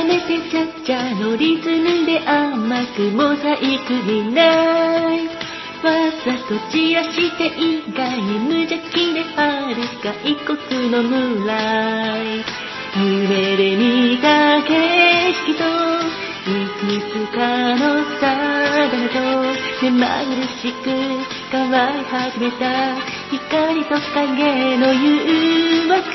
めてちゃっちゃのリズムで甘くモザイクにない。わざと散らして以外に無邪気で遥か異国の村い。夢で見た景色といくつかの定と目まぐるしく変わり始めた光と影の誘惑。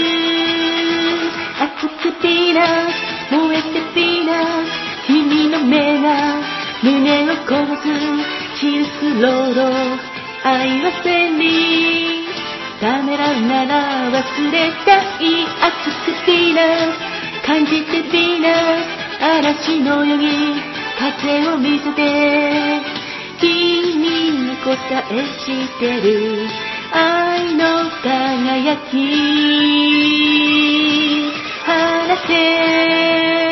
熱くピーナッツ燃えてピーナッツ、君の目が胸を殺すシルクロード。愛は千里ためらうなら忘れたい。熱くピーナッツ感じてピーナッツ、嵐のように風を見せて君に答えしてる愛の輝き放て。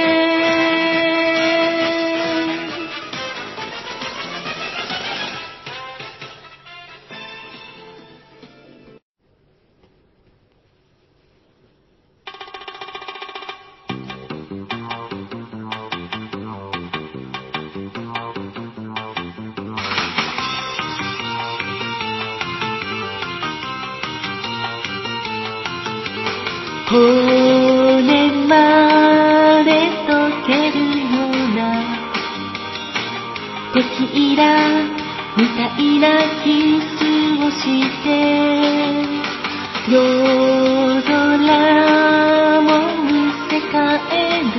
骨まで溶けるようなテキーラみたいなキスをして夜空も見せかえる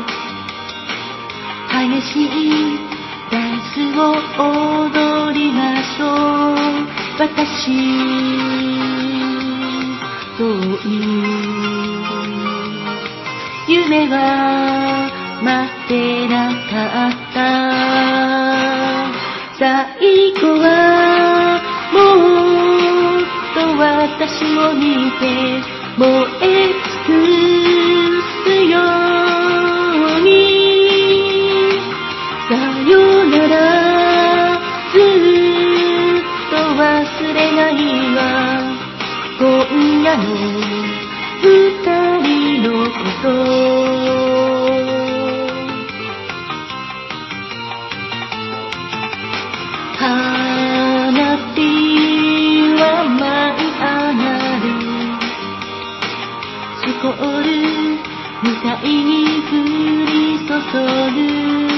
激しいダンスを踊りましょう。私という夢は待ってなかった。最後はもっと私を見て燃え尽くすように。さよならずっと忘れないわ今夜の二人のこと花火は舞い上がるスコールみたいに降り注ぐ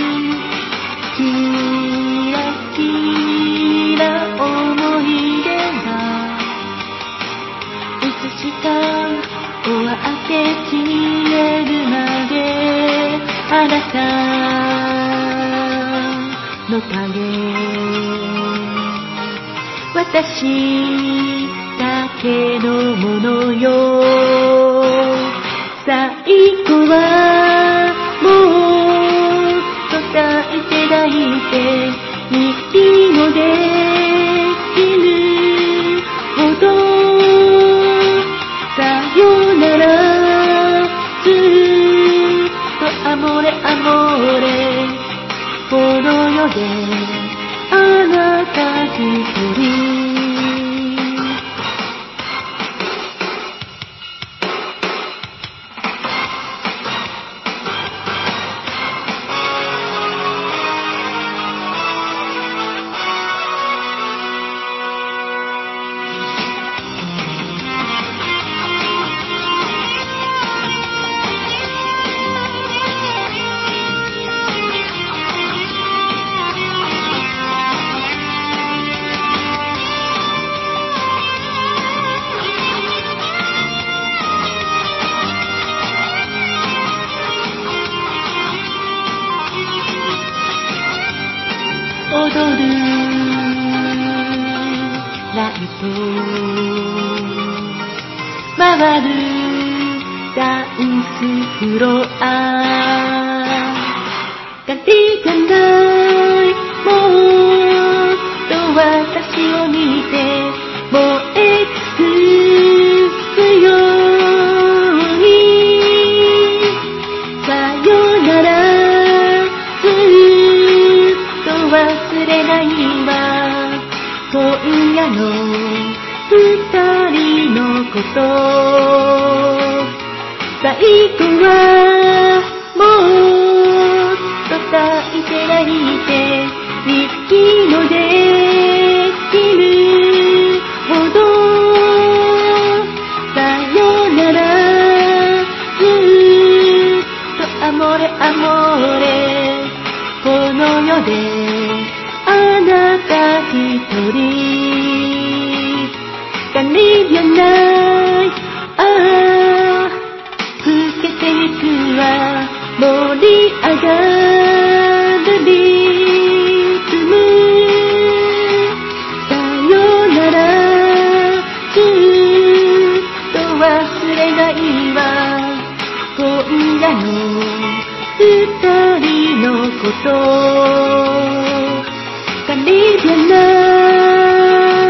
キラキラ思い出がいつしか終わって消えるまであなたの影私だけのものよ。最後はもっと抱いて抱いて息もできるほどさよならずっとアモレアモレこの世であなた一人。踊るライト回るダンスフロアガリガないもっと私を見て燃え尽くすようにさよならずっと忘れないわ今夜の二人のこと最後はもっと抱いて泣いて息のできるほどさよならずっとアモレアモレこの世であなた一人光じゃないああ更けてゆくは盛り上がるリズムさよならずっと忘れないわ今夜の二人のこと光じゃない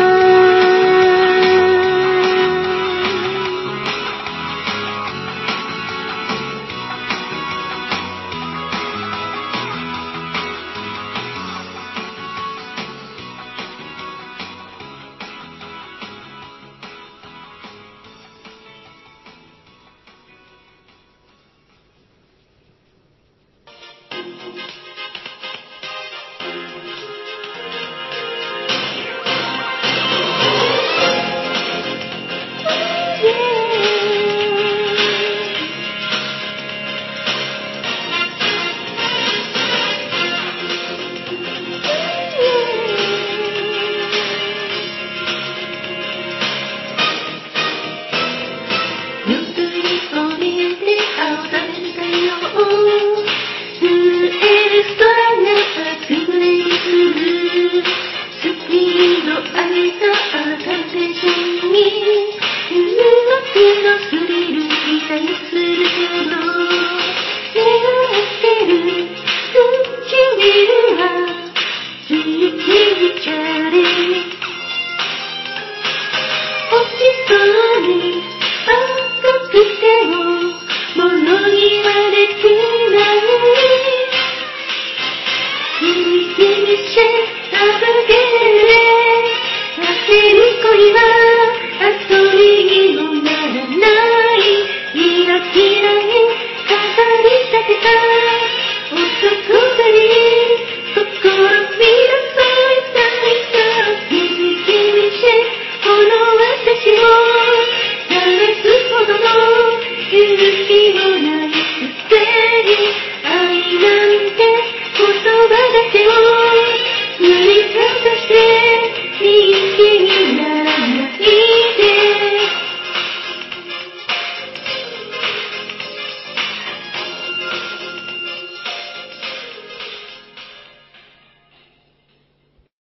勇気もない